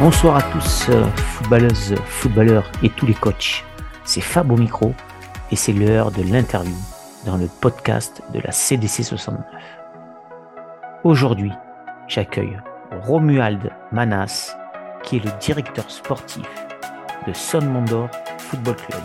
Bonsoir à tous, footballeuses, footballeurs et tous les coachs. C'est Fab au micro et c'est l'heure de l'interview dans le podcast de la CDC 69. Aujourd'hui, j'accueille Romuald Manas, qui est le directeur sportif de Son Mondor Football Club.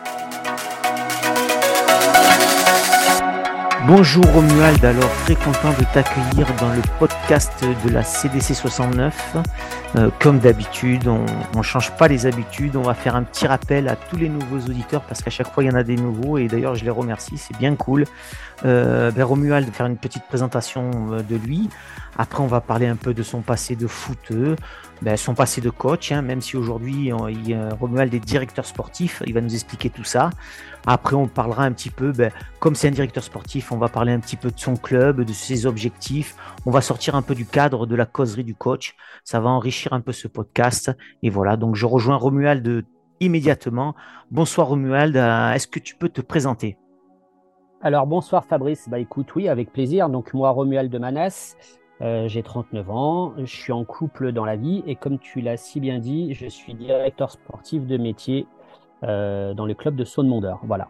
Bonjour Romuald, alors très content de t'accueillir dans le podcast de la CDC 69. Comme d'habitude, on ne change pas les habitudes, on va faire un petit rappel à tous les nouveaux auditeurs parce qu'à chaque fois il y en a des nouveaux et d'ailleurs je les remercie, c'est bien cool. Romuald, faire une petite présentation de lui. Après on va parler un peu de son passé de footeux, son passé de coach, même si aujourd'hui Romuald est directeur sportif, il va nous expliquer tout ça. Après, on parlera un petit peu, comme c'est un directeur sportif, on va parler un petit peu de son club, de ses objectifs. On va sortir un peu du cadre de la causerie du coach. Ça va enrichir un peu ce podcast. Et voilà, donc je rejoins Romuald immédiatement. Bonsoir Romuald, est-ce que tu peux te présenter ? Alors bonsoir Fabrice, écoute, oui, avec plaisir. Donc moi, Romuald Manas, j'ai 39 ans, je suis en couple dans la vie et comme tu l'as si bien dit, je suis directeur sportif de métier dans le club de Son Mondor. Voilà.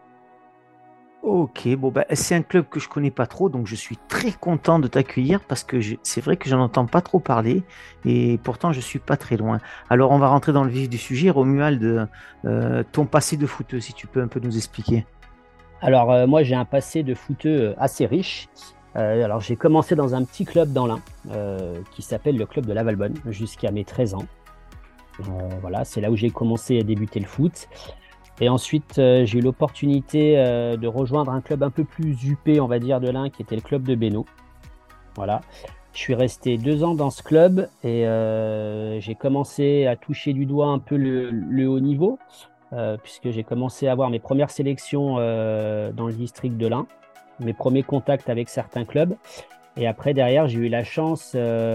Ok, c'est un club que je connais pas trop, donc je suis très content de t'accueillir parce que c'est vrai que j'en entends pas trop parler et pourtant je suis pas très loin. Alors on va rentrer dans le vif du sujet, Romuald, ton passé de footeux, si tu peux un peu nous expliquer. Alors moi, j'ai un passé de footeux assez riche. Alors j'ai commencé dans un petit club dans l'Ain qui s'appelle le club de la Valbonne jusqu'à mes 13 ans. Voilà, c'est là où j'ai commencé à débuter le foot. Et ensuite, j'ai eu l'opportunité de rejoindre un club un peu plus huppé, on va dire, de l'Ain, qui était le club de Bénaud. Voilà. Je suis resté 2 ans dans ce club et j'ai commencé à toucher du doigt un peu le haut niveau, puisque j'ai commencé à avoir mes premières sélections dans le district de l'Ain, mes premiers contacts avec certains clubs. Et après, derrière, j'ai eu la chance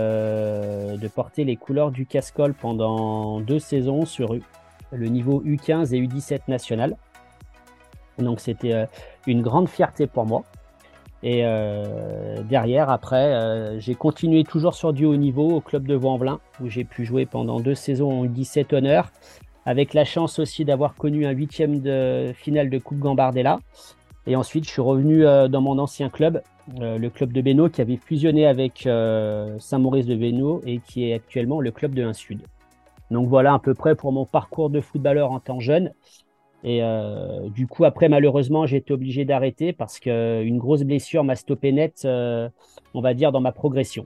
de porter les couleurs du Cascol pendant 2 saisons sur le niveau U15 et U17 national. Donc, c'était une grande fierté pour moi. Et derrière, après, j'ai continué toujours sur du haut niveau au club de Vaux-en-Velin, où j'ai pu jouer pendant 2 saisons en U17 honneur, avec la chance aussi d'avoir connu un 8e de finale de Coupe Gambardella. Et ensuite, je suis revenu dans mon ancien club, le club de Bénaud, qui avait fusionné avec Saint-Maurice de Bénaud et qui est actuellement le club de 1 Sud. Donc voilà à peu près pour mon parcours de footballeur en temps jeune. Et du coup, après, malheureusement, j'ai été obligé d'arrêter parce qu'une grosse blessure m'a stoppé net, on va dire, dans ma progression.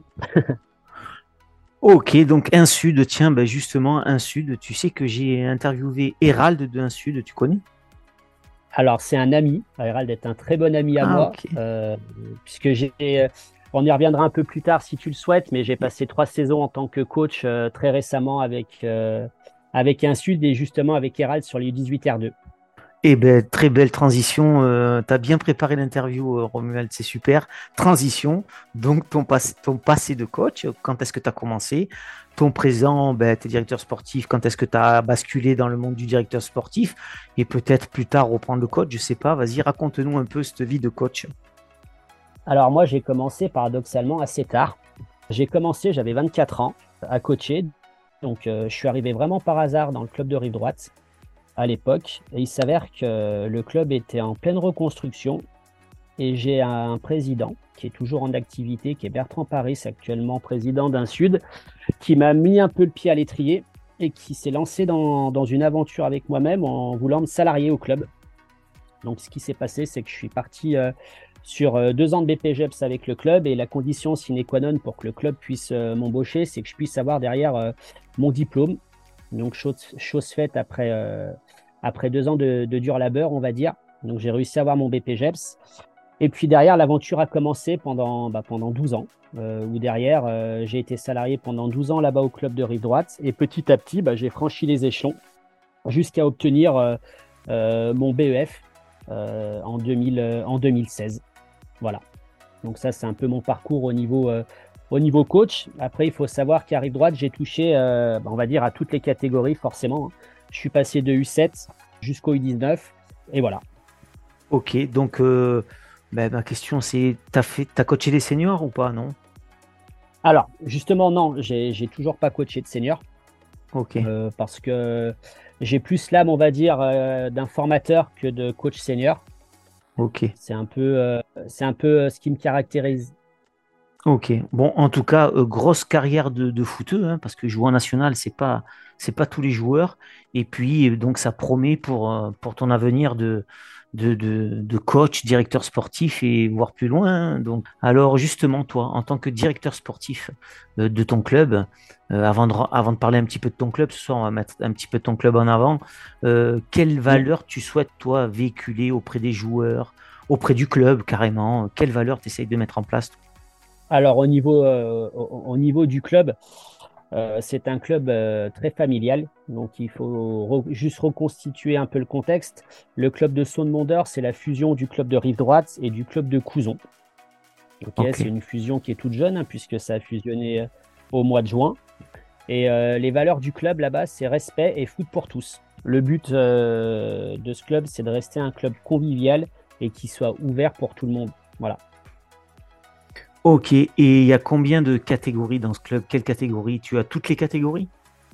Ok, donc 1 Sud, tiens, justement, 1 Sud, tu sais que j'ai interviewé Hérald de 1 Sud, tu connais ? Alors, c'est un ami. Hérald est un très bon ami à Ah, moi, ok. puisque on y reviendra un peu plus tard si tu le souhaites, mais j'ai passé 3 saisons en tant que coach très récemment avec 1 Sud et justement avec Hérald sur les U18 R2. Eh ben, très belle transition. Tu as bien préparé l'interview, Romuald, c'est super. Transition, donc ton passé de coach, quand est-ce que tu as commencé? Ton présent, tu es directeur sportif, quand est-ce que tu as basculé dans le monde du directeur sportif? Et peut-être plus tard reprendre le coach, je sais pas. Vas-y, raconte-nous un peu cette vie de coach. Alors moi, j'ai commencé paradoxalement assez tard. J'avais 24 ans à coacher. Donc je suis arrivé vraiment par hasard dans le club de Rive-Droite à l'époque. Et il s'avère que le club était en pleine reconstruction. Et j'ai un président qui est toujours en activité, qui est Bertrand Paris, actuellement président d'1 Sud, qui m'a mis un peu le pied à l'étrier et qui s'est lancé dans une aventure avec moi-même en voulant me salarier au club. Donc ce qui s'est passé, c'est que je suis parti sur 2 ans de BPGEPS avec le club et la condition sine qua non pour que le club puisse m'embaucher, c'est que je puisse avoir derrière mon diplôme. Donc chose faite après 2 ans de dur labeur, on va dire. Donc j'ai réussi à avoir mon BPGEPS. Et puis derrière, l'aventure a commencé pendant 12 ans, où derrière, j'ai été salarié pendant 12 ans là-bas au club de Rive-Droite. Et petit à petit, j'ai franchi les échelons jusqu'à obtenir mon BEF en 2016. Voilà. Donc ça, c'est un peu mon parcours au niveau coach. Après, il faut savoir qu'à Rive-Droite, j'ai touché, on va dire, à toutes les catégories, forcément. Je suis passé de U7 jusqu'au U19. Et voilà. Ok, donc ma question c'est, t'as coaché les seniors ou pas, non? Alors, justement, non, j'ai toujours pas coaché de senior. Ok, parce que j'ai plus l'âme, on va dire, d'un formateur que de coach senior. ok. C'est un peu ce qui me caractérise. Ok. Bon, en tout cas, grosse carrière de footeux, hein, parce que jouer en national, c'est pas tous les joueurs. Et puis, donc, ça promet pour ton avenir de coach, directeur sportif et voire plus loin, hein. Donc, alors, justement, toi, en tant que directeur sportif de ton club, avant de parler un petit peu de ton club, ce soir, on va mettre un petit peu ton club en avant. Quelle valeur tu souhaites, toi, véhiculer auprès des joueurs, auprès du club, carrément? Quelle valeur tu essayes de mettre en place? Alors, au niveau du club, c'est un club très familial, donc il faut juste reconstituer un peu le contexte. Le club de Saône-Mont-d'Or, c'est la fusion du club de Rive-Droite et du club de Couzon. Ok, Ok. c'est une fusion qui est toute jeune, hein, puisque ça a fusionné au mois de juin. Et les valeurs du club là-bas, c'est respect et foot pour tous. Le but de ce club, c'est de rester un club convivial et qui soit ouvert pour tout le monde. Voilà. Ok, et il y a combien de catégories dans ce club? Quelle catégorie? Tu as toutes les catégories?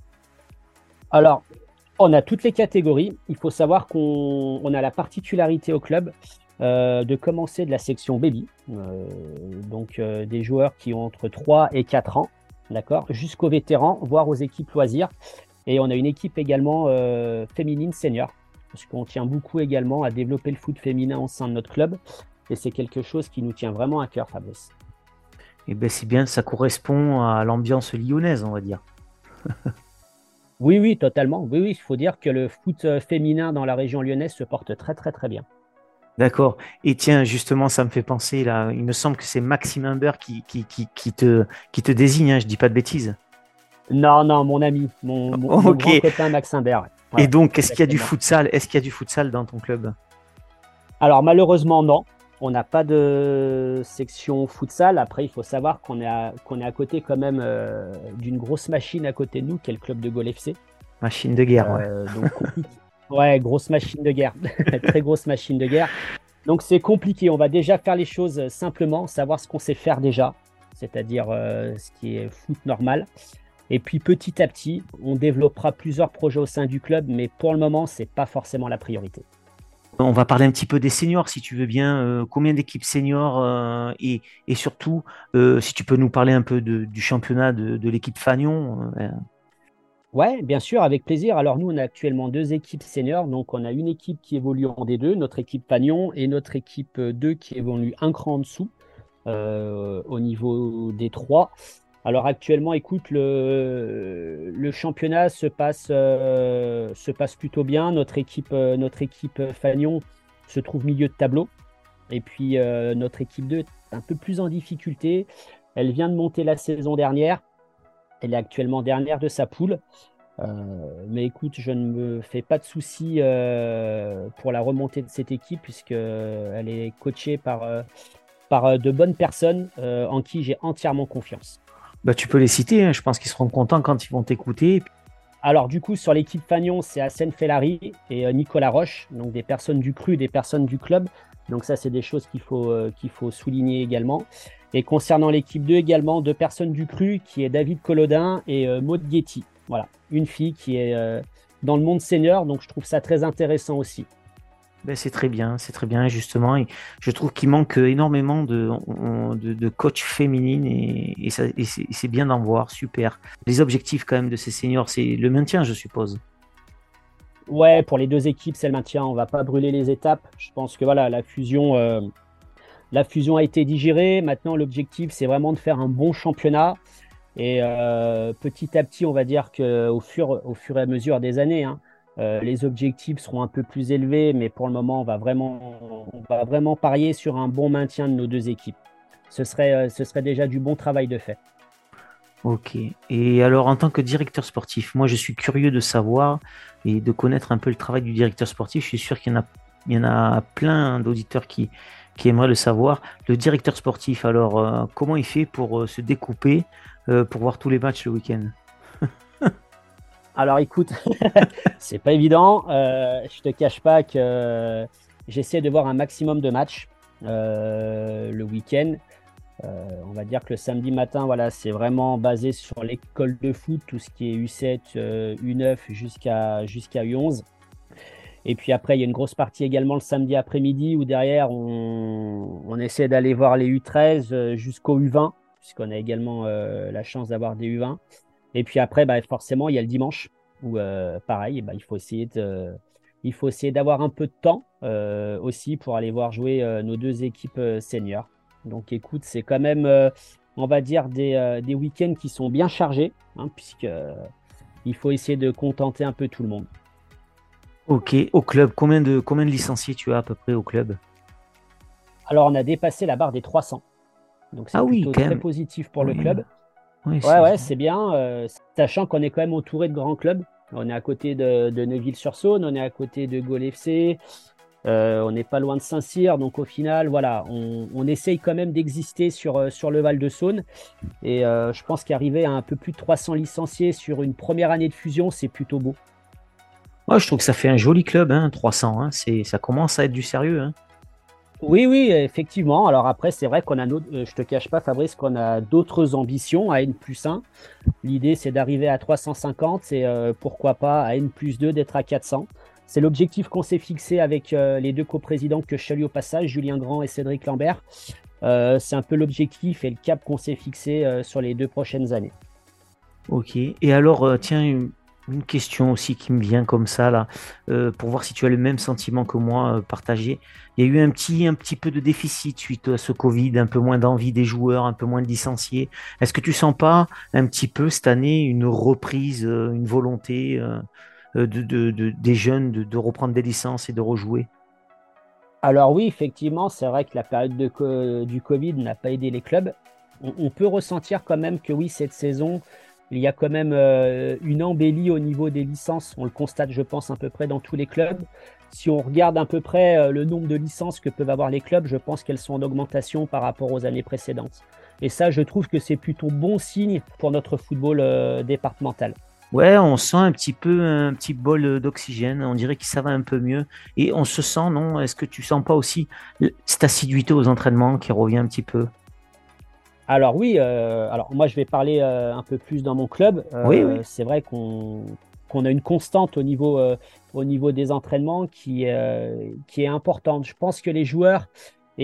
Alors, on a toutes les catégories. Il faut savoir qu'on a la particularité au club de commencer de la section baby, donc des joueurs qui ont entre 3 et 4 ans, d'accord, jusqu'aux vétérans, voire aux équipes loisirs. Et on a une équipe également féminine senior, parce qu'on tient beaucoup également à développer le foot féminin au sein de notre club. Et c'est quelque chose qui nous tient vraiment à cœur, Fabrice. Eh bien, c'est bien, ça correspond à l'ambiance lyonnaise, on va dire. Oui, oui, totalement. Oui, oui, il faut dire que le foot féminin dans la région lyonnaise se porte très, très, très bien. D'accord. Et tiens, justement, ça me fait penser, là, il me semble que c'est Maxime Imbert qui te désigne, hein, je dis pas de bêtises. Non, non, mon ami, mon Ok. grand copain Maxime Bert. Ouais, Et ouais, donc, est-ce qu'il y a du exactement. futsal? Est-ce qu'il y a du futsal dans ton club? Alors malheureusement, non. On n'a pas de section futsal. Après, il faut savoir qu'on est à côté quand même d'une grosse machine à côté de nous, qui est le club de Gaulle FC. Machine de guerre, ouais. Donc compliqué. Ouais, grosse machine de guerre. Très grosse machine de guerre. Donc c'est compliqué. On va déjà faire les choses simplement, savoir ce qu'on sait faire déjà, c'est-à-dire ce qui est foot normal. Et puis petit à petit, on développera plusieurs projets au sein du club, mais pour le moment, c'est pas forcément la priorité. On va parler un petit peu des seniors, si tu veux bien. Combien d'équipes seniors et surtout, si tu peux nous parler un peu du championnat de l'équipe Fagnon. Ouais, bien sûr, avec plaisir. Alors nous, on a actuellement deux équipes seniors. Donc on a une équipe qui évolue en D2, notre équipe Pagnon, et notre équipe 2 qui évolue un cran en dessous, au niveau des 3. Alors actuellement, écoute, le championnat se passe plutôt bien. Notre équipe Fagnon se trouve milieu de tableau. Et puis notre équipe 2 est un peu plus en difficulté. Elle vient de monter la saison dernière. Elle est actuellement dernière de sa poule. Mais écoute, je ne me fais pas de soucis pour la remontée de cette équipe, puisqu'elle est coachée par de bonnes personnes en qui j'ai entièrement confiance. Bah, tu peux les citer, hein, je pense qu'ils seront contents quand ils vont t'écouter. Alors du coup, sur l'équipe Fagnon, c'est Hassen Fellari et Nicolas Roche, donc des personnes du cru, des personnes du club. Donc ça, c'est des choses qu'il faut souligner également. Et concernant l'équipe 2 également, deux personnes du cru, qui est David Collodin et Maud Guetti. Voilà, une fille qui est dans le monde senior, donc je trouve ça très intéressant aussi. Ben, c'est très bien, justement. Et je trouve qu'il manque énormément de coachs féminines et c'est bien d'en voir, super. Les objectifs quand même de ces seniors, c'est le maintien, je suppose. Ouais, pour les deux équipes, c'est le maintien. On va pas brûler les étapes. Je pense que voilà, la fusion a été digérée. Maintenant, l'objectif, c'est vraiment de faire un bon championnat. Et petit à petit, on va dire qu'au fur et à mesure des années, hein, les objectifs seront un peu plus élevés. Mais pour le moment, on va vraiment parier sur un bon maintien de nos deux équipes. Ce serait déjà du bon travail de fait. Ok. Et alors, en tant que directeur sportif, moi, je suis curieux de savoir et de connaître un peu le travail du directeur sportif. Je suis sûr qu'il y en a plein d'auditeurs qui aimeraient le savoir. Le directeur sportif, alors, comment il fait pour se découper pour voir tous les matchs le week-end? Alors écoute, c'est pas évident. Je te cache pas que j'essaie de voir un maximum de matchs le week-end. On va dire que le samedi matin, voilà, c'est vraiment basé sur l'école de foot, tout ce qui est U7, U9 jusqu'à U11. Et puis après, il y a une grosse partie également le samedi après-midi où derrière, on essaie d'aller voir les U13 jusqu'au U20, puisqu'on a également la chance d'avoir des U20. Et puis après, bah, forcément, il y a le dimanche où, pareil, bah, il faut essayer d'avoir un peu de temps aussi pour aller voir jouer nos deux équipes seniors. Donc écoute, c'est quand même, on va dire, des week-ends qui sont bien chargés, hein, puisque il faut essayer de contenter un peu tout le monde. Ok, au club, combien de licenciés tu as à peu près au club? Alors, on a dépassé la barre des 300. Donc, c'est Ah oui, plutôt quand très même. positif pour le Oui, club. oui, Ouais, ouais, c'est bien. Sachant qu'on est quand même entouré de grands clubs. On est à côté de Neuville-sur-Saône, on est à côté de Gaulle FC, on n'est pas loin de Saint-Cyr. Donc, au final, voilà, on essaye quand même d'exister sur le Val-de-Saône. Et je pense qu'arriver à un peu plus de 300 licenciés sur une première année de fusion, c'est plutôt beau. ouais, je trouve que ça fait un joli club, hein, 300. Hein, ça commence à être du sérieux. Hein. Oui, oui, effectivement. Alors après, c'est vrai qu'on a, je te cache pas, Fabrice, qu'on a d'autres ambitions à N+1. L'idée, c'est d'arriver à 350 et pourquoi pas à N+2 d'être à 400. C'est l'objectif qu'on s'est fixé avec les deux coprésidents que je salue au passage, Julien Grand et Cédric Lambert. C'est un peu l'objectif et le cap qu'on s'est fixé sur les 2 prochaines années. Ok. Et alors, tiens, une question aussi qui me vient comme ça, là, pour voir si tu as le même sentiment que moi partagé. Il y a eu un petit peu de déficit suite à ce Covid, un peu moins d'envie des joueurs, un peu moins de licenciés. Est-ce que tu sens pas un petit peu cette année une reprise, une volonté des jeunes de reprendre des licences et de rejouer? Alors oui, effectivement, c'est vrai que la période du Covid n'a pas aidé les clubs. On peut ressentir quand même que oui, cette saison, il y a quand même une embellie au niveau des licences. On le constate, je pense, à peu près dans tous les clubs. Si on regarde à peu près le nombre de licences que peuvent avoir les clubs, je pense qu'elles sont en augmentation par rapport aux années précédentes. Et ça, je trouve que c'est plutôt bon signe pour notre football départemental. Ouais, on sent un petit peu un petit bol d'oxygène. On dirait que ça va un peu mieux. Et on se sent, non? Est-ce que tu sens pas aussi cette assiduité aux entraînements qui revient un petit peu? Alors oui, alors moi je vais parler un peu plus dans mon club. Oui, oui. C'est vrai qu'on a une constante au niveau des entraînements qui est importante. Je pense que et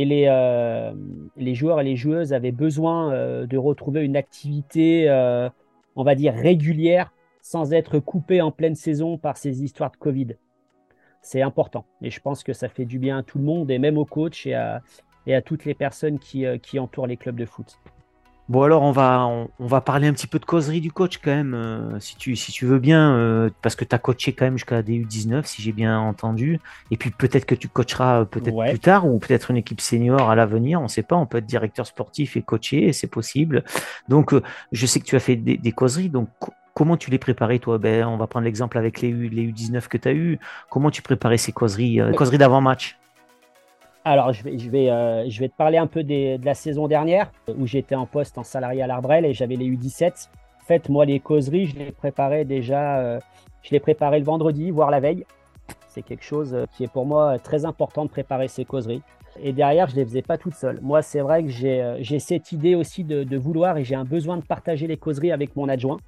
les joueurs et les joueuses avaient besoin de retrouver une activité, on va dire, régulière, sans être coupés en pleine saison par ces histoires de Covid. C'est important. Et je pense que ça fait du bien à tout le monde, et même aux coachs et à toutes les personnes qui entourent les clubs de foot. Bon, alors on va parler un petit peu de causerie du coach quand même, si tu veux bien, parce que tu as coaché quand même jusqu'à des U19, si j'ai bien entendu. Et puis peut-être que tu coacheras peut-être plus Ouais. tard, ou peut-être une équipe senior à l'avenir, on ne sait pas, on peut être directeur sportif et coacher, c'est possible. Donc je sais que tu as fait des causeries, donc comment tu les préparais toi? Ben, on va prendre l'exemple avec les U19 que tu as eu. Comment tu préparais ces causeries, causeries d'avant-match? Alors, je vais te parler un peu de la saison dernière, où j'étais en poste en salarié à l'Arbrel et j'avais les U17. En fait, moi, les causeries, je les préparais déjà, je les préparais le vendredi, voire la veille. C'est quelque chose qui est pour moi très important de préparer ces causeries. Et derrière, je ne les faisais pas toute seule. Moi, c'est vrai que j'ai cette idée aussi de vouloir et j'ai un besoin de partager les causeries avec mon adjoint.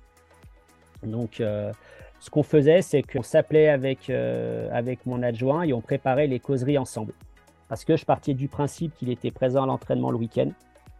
Donc, ce qu'on faisait, c'est qu'on s'appelait avec mon adjoint et on préparait les causeries ensemble. Parce que je partais du principe qu'il était présent à l'entraînement le week-end,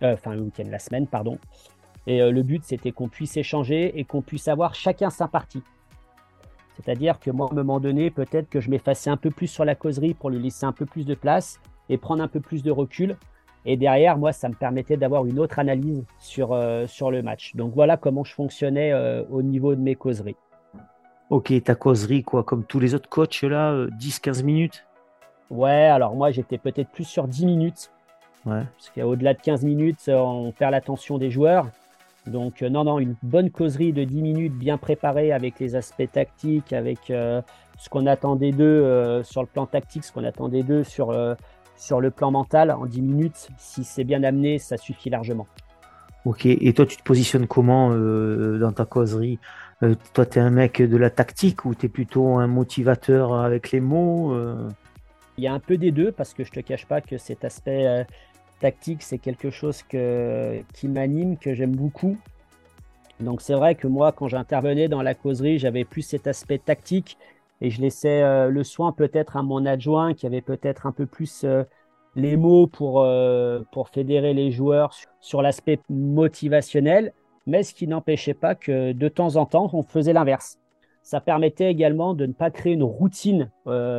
la semaine, pardon. Et le but, c'était qu'on puisse échanger et qu'on puisse avoir chacun sa partie. C'est-à-dire que moi, à un moment donné, peut-être que je m'effaçais un peu plus sur la causerie pour lui laisser un peu plus de place et prendre un peu plus de recul. Et derrière, moi, ça me permettait d'avoir une autre analyse sur le match. Donc voilà comment je fonctionnais au niveau de mes causeries. Ok, ta causerie, quoi, comme tous les autres coachs là, 10-15 minutes? Ouais, alors moi, j'étais peut-être plus sur 10 minutes. Ouais. Parce qu'au-delà de 15 minutes, on perd l'attention des joueurs. Donc, non, une bonne causerie de 10 minutes bien préparée avec les aspects tactiques, avec ce qu'on attendait d'eux sur le plan tactique, ce qu'on attendait d'eux sur le plan mental. En 10 minutes, si c'est bien amené, ça suffit largement. Ok, et toi, tu te positionnes comment dans ta causerie? Toi, tu es un mec de la tactique ou tu es plutôt un motivateur avec les mots? Il y a un peu des deux parce que je ne te cache pas que cet aspect tactique, c'est quelque chose qui m'anime, que j'aime beaucoup. Donc c'est vrai que moi, quand j'intervenais dans la causerie, j'avais plus cet aspect tactique et je laissais le soin peut-être à mon adjoint qui avait peut-être un peu plus les mots pour fédérer les joueurs sur l'aspect motivationnel, mais ce qui n'empêchait pas que de temps en temps, on faisait l'inverse. Ça permettait également de ne pas créer une routine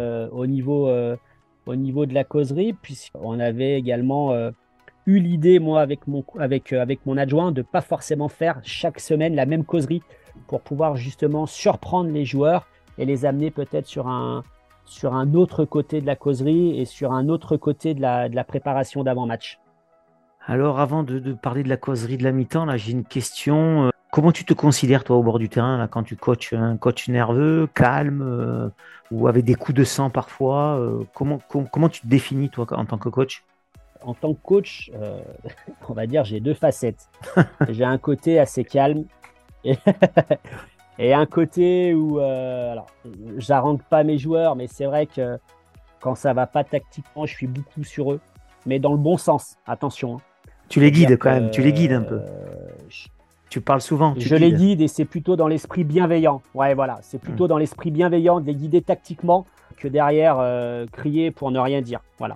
au niveau de la causerie, puisqu'on avait également eu l'idée, moi, avec mon adjoint, de ne pas forcément faire chaque semaine la même causerie pour pouvoir justement surprendre les joueurs et les amener peut-être sur un autre côté de la causerie et sur un autre côté de la préparation d'avant-match. Alors, avant de parler de la causerie de la mi-temps, là, j'ai une question. Comment tu te considères, toi, au bord du terrain, là, quand tu coaches? Un coach nerveux, calme, ou avec des coups de sang parfois? Comment tu te définis, toi, en tant que coach? En tant que coach, on va dire, j'ai deux facettes. J'ai un côté assez calme et, et un côté où, alors, j'arrange pas mes joueurs, mais c'est vrai que quand ça va pas tactiquement, je suis beaucoup sur eux, mais dans le bon sens. Attention, hein. Tu les C'est-à-dire guides que quand même, tu les guides un peu. Tu parles souvent, tu je les guides. guide et c'est plutôt dans l'esprit bienveillant. Ouais, voilà, c'est Hmm. plutôt dans l'esprit bienveillant de les guider tactiquement que derrière crier pour ne rien dire. Voilà.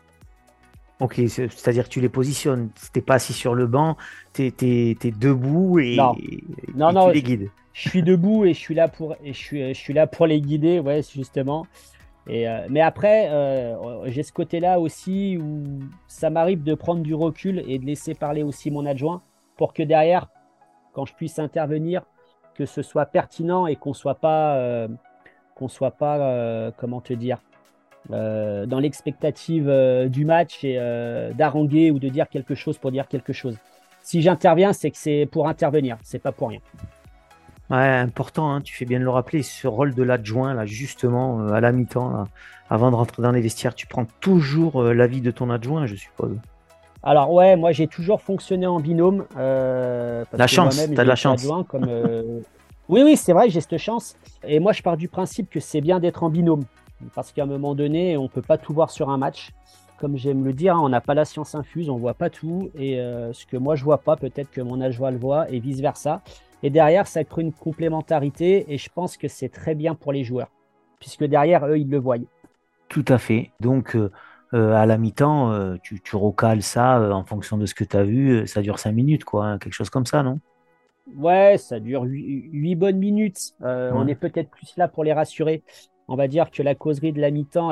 Ok, c'est-à-dire que tu les positionnes. T'es pas assis sur le banc, t'es debout Non, non, et tu non, les guides. je suis debout et je suis là pour les guider, ouais, justement. Mais après, j'ai ce côté-là aussi où ça m'arrive de prendre du recul et de laisser parler aussi mon adjoint pour que derrière, quand je puisse intervenir, que ce soit pertinent et qu'on soit pas, comment te dire, dans l'expectative du match et d'haranguer ou de dire quelque chose pour dire quelque chose. Si j'interviens, c'est que c'est pour intervenir, c'est pas pour rien. Ouais, important, hein, tu fais bien de le rappeler, ce rôle de l'adjoint, là, justement, à la mi-temps, là, avant de rentrer dans les vestiaires, tu prends toujours l'avis de ton adjoint, je suppose. Alors ouais, moi j'ai toujours fonctionné en binôme parce La que chance, moi-même t'as de j'ai la été chance. adjoint comme. Oui, oui, c'est vrai, j'ai cette chance. Et moi je pars du principe que c'est bien d'être en binôme parce qu'à un moment donné, on peut pas tout voir sur un match. Comme j'aime le dire, hein, on n'a pas la science infuse, on voit pas tout et ce que moi je vois pas, peut-être que mon adjoint le voit et vice versa. Et derrière, ça crée une complémentarité et je pense que c'est très bien pour les joueurs puisque derrière eux ils le voient. Tout à fait. Donc, à la mi-temps, tu recales ça en fonction de ce que tu as vu, ça dure 5 minutes, quoi, hein, quelque chose comme ça, non? Ouais, ça dure 8 bonnes minutes. On Ouais. est peut-être plus là pour les rassurer. On va dire que la causerie de la mi-temps,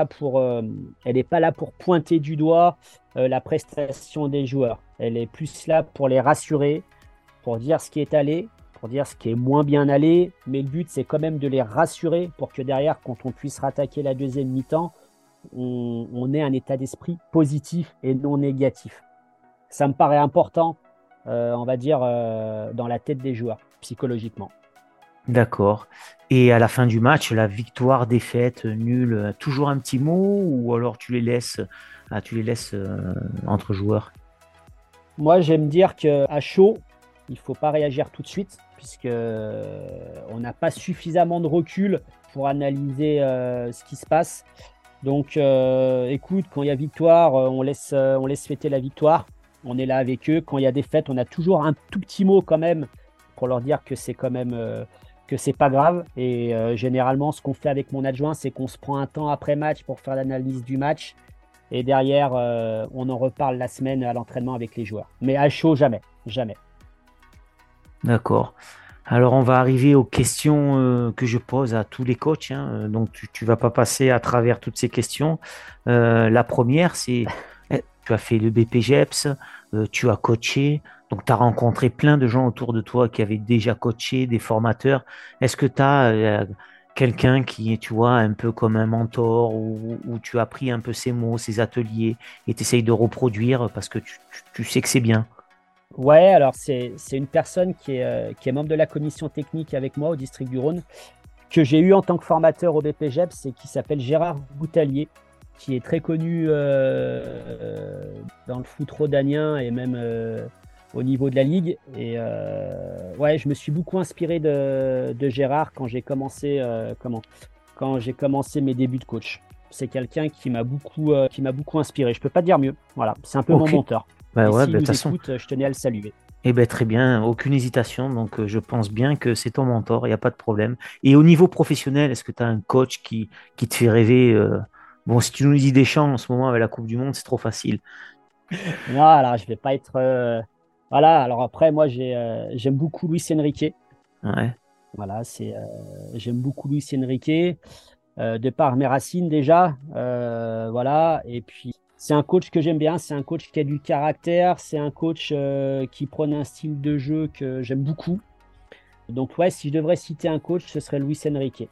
elle est pas là pour pointer du doigt la prestation des joueurs. Elle est plus là pour les rassurer, pour dire ce qui est allé, pour dire ce qui est moins bien allé. Mais le but, c'est quand même de les rassurer pour que derrière, quand on puisse rattaquer la deuxième mi-temps, on ait un état d'esprit positif et non négatif. Ça me paraît important, on va dire, dans la tête des joueurs, psychologiquement. D'accord. Et à la fin du match, la victoire, défaite, nul, toujours un petit mot ou alors tu les laisses entre joueurs? Moi, j'aime dire qu'à chaud, il ne faut pas réagir tout de suite, puisque on n'a pas suffisamment de recul pour analyser ce qui se passe. Donc, écoute, quand il y a victoire, on laisse fêter la victoire. On est là avec eux. Quand il y a défaite, on a toujours un tout petit mot quand même pour leur dire que c'est quand même que c'est pas grave. Et généralement, ce qu'on fait avec mon adjoint, c'est qu'on se prend un temps après match pour faire l'analyse du match. Et derrière, on en reparle la semaine à l'entraînement avec les joueurs. Mais à chaud, jamais. Jamais. D'accord. Alors, on va arriver aux questions que je pose à tous les coachs, hein. Donc, tu vas pas passer à travers toutes ces questions. La première, c'est, tu as fait le BPGEPS, tu as coaché, donc tu as rencontré plein de gens autour de toi qui avaient déjà coaché, des formateurs. Est-ce que tu as quelqu'un qui est, tu vois, un peu comme un mentor ou tu as pris un peu ses mots, ses ateliers et tu essayes de reproduire parce que tu sais que c'est bien? Ouais, alors c'est une personne qui est membre de la commission technique avec moi au district du Rhône, que j'ai eu en tant que formateur au BPGEPS et qui s'appelle Gérard Boutalier, qui est très connu dans le foot rhodanien et même au niveau de la ligue. Et ouais, je me suis beaucoup inspiré de Gérard quand j'ai commencé mes débuts de coach. c'est quelqu'un qui m'a beaucoup inspiré. Je peux pas dire mieux. Voilà, c'est un peu mon Ok. mentor. Bah Et ouais, s'il de nous toute façon. écoute, je tenais à le saluer. Eh ben très bien, aucune hésitation. Donc je pense bien que c'est ton mentor, il n'y a pas de problème. Et au niveau professionnel, est-ce que tu as un coach qui te fait rêver Bon, si tu nous dis Deschamps en ce moment avec la Coupe du Monde, c'est trop facile. Non, alors je vais pas être. Voilà. Alors après, moi, j'aime beaucoup Luis Enrique. Ouais. Voilà, j'aime beaucoup Luis Enrique. De par mes racines déjà. Voilà. Et puis, c'est un coach que j'aime bien. C'est un coach qui a du caractère. C'est un coach qui prône un style de jeu que j'aime beaucoup. Donc, ouais, si je devrais citer un coach, ce serait Luis Enrique.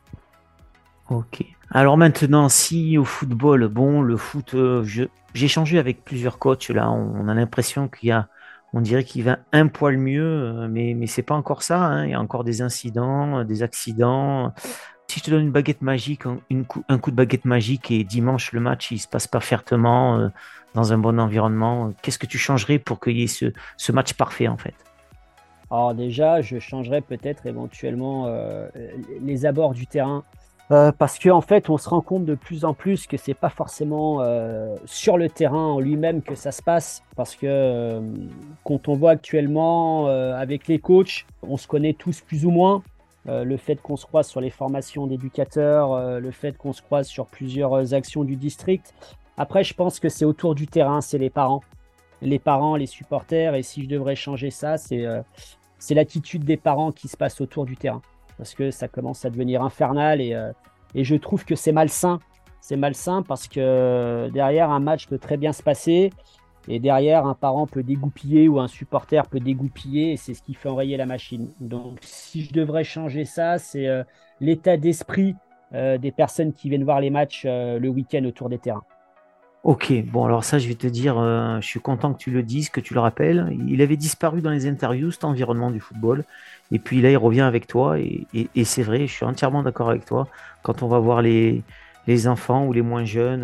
Ok. Alors maintenant, si au football, bon, le foot, j'ai échangé avec plusieurs coachs là, on a l'impression on dirait qu'il va un poil mieux, mais c'est pas encore ça, hein. Il y a encore des incidents, des accidents. Si je te donne une baguette magique, un coup de baguette magique et dimanche le match il se passe parfaitement dans un bon environnement, qu'est-ce que tu changerais pour qu'il y ait ce match parfait en fait? Alors déjà, je changerais peut-être éventuellement les abords du terrain. Parce qu'en fait, on se rend compte de plus en plus que c'est pas forcément sur le terrain en lui-même que ça se passe. Parce que quand on voit actuellement avec les coachs, on se connaît tous plus ou moins. Le fait qu'on se croise sur les formations d'éducateurs, le fait qu'on se croise sur plusieurs actions du district. Après, je pense que c'est autour du terrain, c'est les parents. Les parents, les supporters. Et si je devrais changer ça, c'est l'attitude des parents qui se passe autour du terrain. Parce que ça commence à devenir infernal et je trouve que c'est malsain. C'est malsain parce que derrière, un match peut très bien se passer et derrière, un parent peut dégoupiller ou un supporter peut dégoupiller et c'est ce qui fait enrayer la machine. Donc, si je devrais changer ça, c'est l'état d'esprit des personnes qui viennent voir les matchs le week-end autour des terrains. Ok, bon alors ça je vais te dire, je suis content que tu le dises, que tu le rappelles. Il avait disparu dans les interviews, cet environnement du football. Et puis là il revient avec toi et c'est vrai, je suis entièrement d'accord avec toi. Quand on va voir les enfants ou les moins jeunes,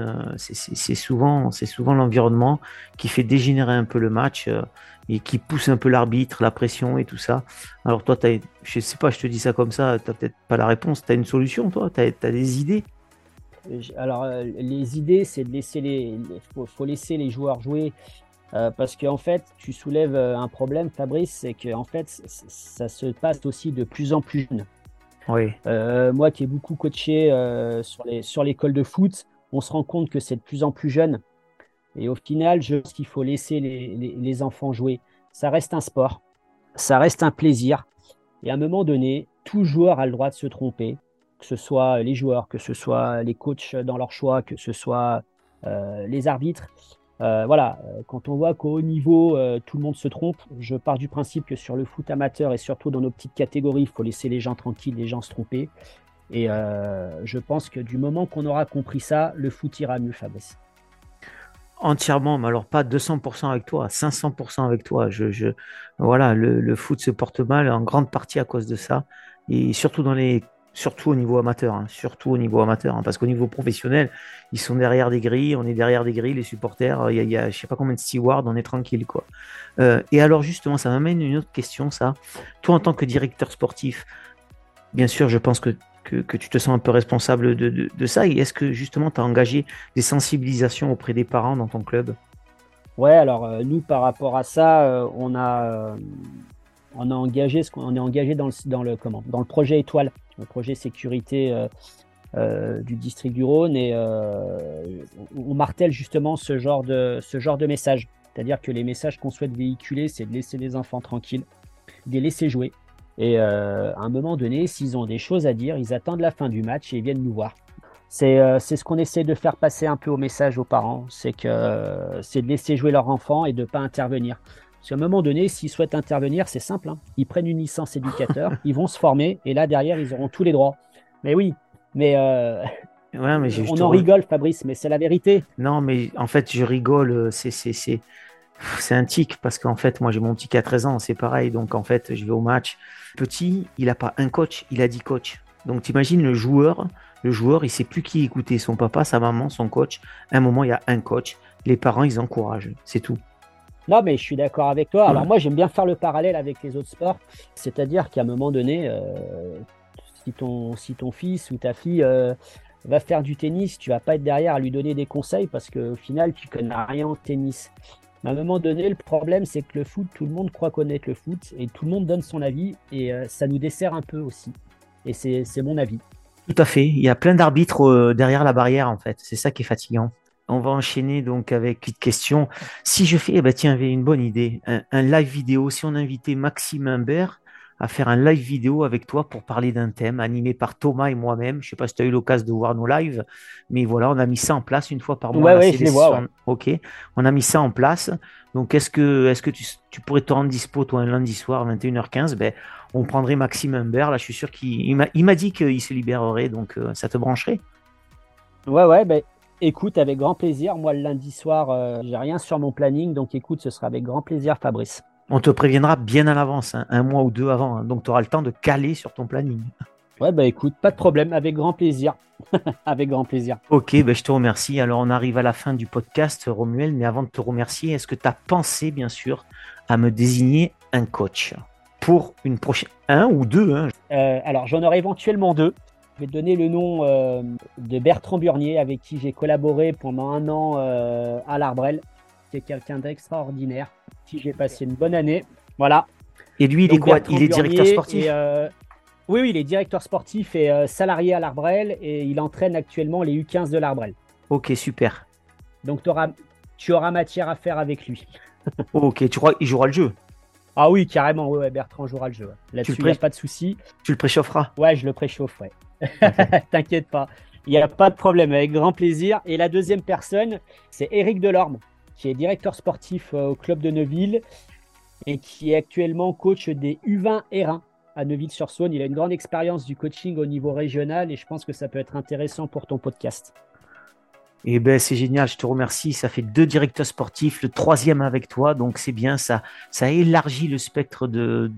c'est souvent l'environnement qui fait dégénérer un peu le match et qui pousse un peu l'arbitre, la pression et tout ça. Alors toi, je sais pas, je te dis ça comme ça, tu n'as peut-être pas la réponse. Tu as une solution toi? Tu as des idées? Alors, les idées, c'est de laisser faut laisser les joueurs jouer parce qu'en fait, tu soulèves un problème, Fabrice, c'est que en fait, ça se passe aussi de plus en plus jeune. Oui. Moi qui ai beaucoup coaché sur l'école de foot, on se rend compte que c'est de plus en plus jeune. Et au final, je pense qu'il faut laisser les enfants jouer. Ça reste un sport, ça reste un plaisir. Et à un moment donné, tout joueur a le droit de se tromper, que ce soit les joueurs, que ce soit les coachs dans leur choix, que ce soit les arbitres. Voilà, quand on voit qu'au haut niveau, tout le monde se trompe, je pars du principe que sur le foot amateur et surtout dans nos petites catégories, il faut laisser les gens tranquilles, les gens se tromper. Et je pense que du moment qu'on aura compris ça, le foot ira mieux, Fabrice. Entièrement, mais alors pas 200% avec toi, 500% avec toi. Voilà, le foot se porte mal en grande partie à cause de ça. Et surtout au niveau amateur, hein, surtout au niveau amateur, hein, parce qu'au niveau professionnel, ils sont derrière des grilles, on est derrière des grilles, les supporters, il y a je sais pas combien de stewards, on est tranquille, quoi. Et alors justement, ça m'amène une autre question, ça. Toi, en tant que directeur sportif, bien sûr, je pense que tu te sens un peu responsable de ça. Et est-ce que justement, tu as engagé des sensibilisations auprès des parents dans ton club? Ouais, alors nous, par rapport à ça, on a engagé on est engagé dans le projet Étoile, le projet sécurité du district du Rhône, et on martèle justement ce genre de message. C'est-à-dire que les messages qu'on souhaite véhiculer, c'est de laisser les enfants tranquilles, de les laisser jouer. Et à un moment donné, s'ils ont des choses à dire, ils attendent la fin du match et ils viennent nous voir. C'est ce qu'on essaie de faire passer un peu au message aux parents, c'est de laisser jouer leur enfant et de ne pas intervenir. Parce qu'à un moment donné, s'ils souhaitent intervenir, c'est simple, hein. Ils prennent une licence éducateur, ils vont se former et là, derrière, ils auront tous les droits. Mais oui, mais Ouais, mais on en rigole, Fabrice, mais c'est la vérité. non, mais en fait, je rigole. C'est un tic parce qu'en fait, moi, j'ai mon petit qui a 13 ans, c'est pareil. Donc, en fait, je vais au match. Petit, il n'a pas un coach, il a 10 coachs. Donc, t'imagines le joueur, il sait plus qui écouter, son papa, sa maman, son coach. À un moment, il y a un coach. Les parents, ils encouragent. C'est tout. Non, mais je suis d'accord avec toi. Alors Ouais. moi, j'aime bien faire le parallèle avec les autres sports. C'est-à-dire qu'à un moment donné, si ton fils ou ta fille va faire du tennis, tu vas pas être derrière à lui donner des conseils parce qu'au final, tu connais rien au tennis. Mais à un moment donné, le problème, c'est que le foot, tout le monde croit connaître le foot et tout le monde donne son avis et ça nous dessert un peu aussi. Et c'est mon avis. Tout à fait. Il y a plein d'arbitres derrière la barrière, en fait. C'est ça qui est fatigant. On va enchaîner donc avec une question. Si je fais, eh ben tiens, une bonne idée, un live vidéo, si on invitait Maxime Imbert à faire un live vidéo avec toi pour parler d'un thème animé par Thomas et moi-même. Je sais pas si tu as eu l'occasion de voir nos lives, mais voilà, on a mis ça en place une fois par mois à la Ouais, je les vois, ouais. CDC. Ok, on a mis ça en place. Donc, est-ce que tu pourrais te rendre dispo, toi, un lundi soir, 21h15? Ben, on prendrait Maxime Imbert. Là, je suis sûr qu'il m'a dit qu'il se libérerait, donc ça te brancherait? Ouais, ben, écoute, avec grand plaisir. Moi, le lundi soir, j'ai rien sur mon planning, donc écoute, ce sera avec grand plaisir, Fabrice. On te préviendra bien à l'avance, hein, un mois ou deux avant, hein, donc tu auras le temps de caler sur ton planning. Ouais, bah écoute, pas de problème, avec grand plaisir. Avec grand plaisir. Ok, ben je te remercie. Alors, on arrive à la fin du podcast, Romuald, mais avant de te remercier, est-ce que tu as pensé, bien sûr, à me désigner un coach pour une prochaine, un ou deux, hein? Alors, j'en aurai éventuellement deux. Je vais te donner le nom de Bertrand Burnier, avec qui j'ai collaboré pendant 1 an à l'Arbrel, qui est quelqu'un d'extraordinaire, avec qui j'ai passé une bonne année. Voilà. Et lui, il est Donc, quoi? Bertrand Il est directeur Burnier sportif? oui, il est directeur sportif et salarié à l'Arbrel, et il entraîne actuellement les U15 de l'Arbrel. Ok, super. Donc, tu auras matière à faire avec lui. Ok, tu crois qu'il jouera le jeu? Ah oui, carrément, ouais, Bertrand jouera le jeu. Ouais. Là-dessus, il n'y a pas de souci. Tu le préchaufferas? Ouais, je le préchauffe, ouais. Ok. T'inquiète pas. Il n'y a pas de problème, avec grand plaisir. Et la deuxième personne, c'est Éric Delorme, qui est directeur sportif au club de Neuville et qui est actuellement coach des U20 R1 à Neuville-sur-Saône. Il a une grande expérience du coaching au niveau régional et je pense que ça peut être intéressant pour ton podcast. Eh ben, c'est génial, je te remercie. Ça fait 2 directeurs sportifs, le troisième avec toi, donc c'est bien, ça élargit le spectre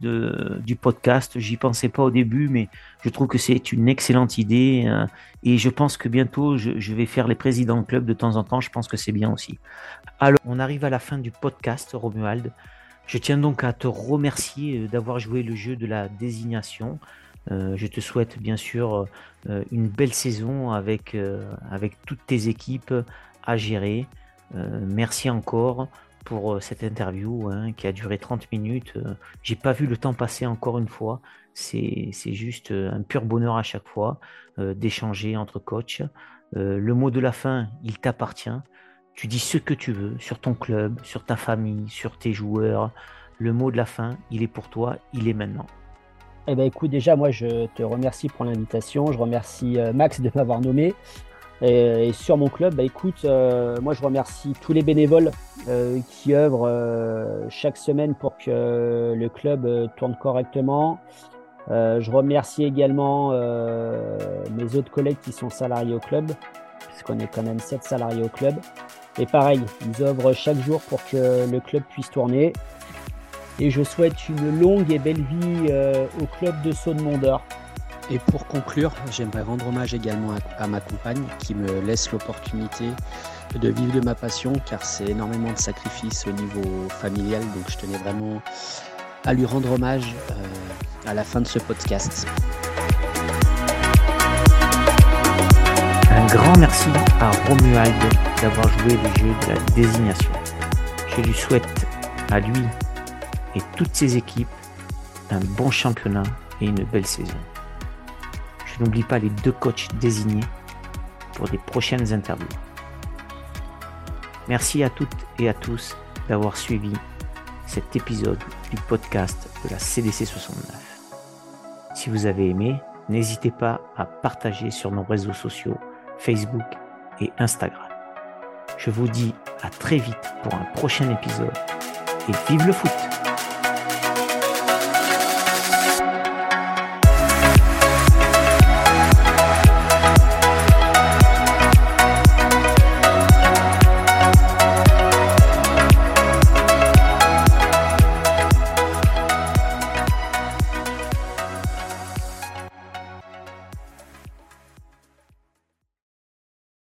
du podcast. J'y pensais pas au début, mais je trouve que c'est une excellente idée, et je pense que bientôt je vais faire les présidents de club de temps en temps. Je pense que c'est bien aussi. Alors, on arrive à la fin du podcast, Romuald. Je tiens donc à te remercier d'avoir joué le jeu de la désignation. Je te souhaite bien sûr une belle saison avec toutes tes équipes à gérer. Merci encore pour cette interview, hein, qui a duré 30 minutes. J'ai pas vu le temps passer encore une fois. C'est juste un pur bonheur à chaque fois d'échanger entre coachs. Le mot de la fin, il t'appartient. Tu dis ce que tu veux sur ton club, sur ta famille, sur tes joueurs. Le mot de la fin, il est pour toi, il est maintenant. Eh ben, écoute, déjà, moi, je te remercie pour l'invitation. Je remercie Max de m'avoir nommé. Et sur mon club, bah, écoute, moi, je remercie tous les bénévoles qui œuvrent chaque semaine pour que le club tourne correctement. Je remercie également mes autres collègues qui sont salariés au club, puisqu'on est quand même 7 salariés au club. Et pareil, ils œuvrent chaque jour pour que le club puisse tourner. Et je souhaite une longue et belle vie au club de Saône-Mont-d'Or. Et pour conclure, j'aimerais rendre hommage également à ma compagne qui me laisse l'opportunité de vivre de ma passion, car c'est énormément de sacrifices au niveau familial. Donc je tenais vraiment à lui rendre hommage à la fin de ce podcast. Un grand merci à Romuald d'avoir joué le jeu de la désignation. Je lui souhaite à lui et toutes ses équipes un bon championnat et une belle saison. Je n'oublie pas les 2 coachs désignés pour des prochaines interviews. Merci à toutes et à tous d'avoir suivi cet épisode du podcast de la CDC 69. Si vous avez aimé, n'hésitez pas à partager sur nos réseaux sociaux Facebook et Instagram. Je vous dis à très vite pour un prochain épisode et vive le foot!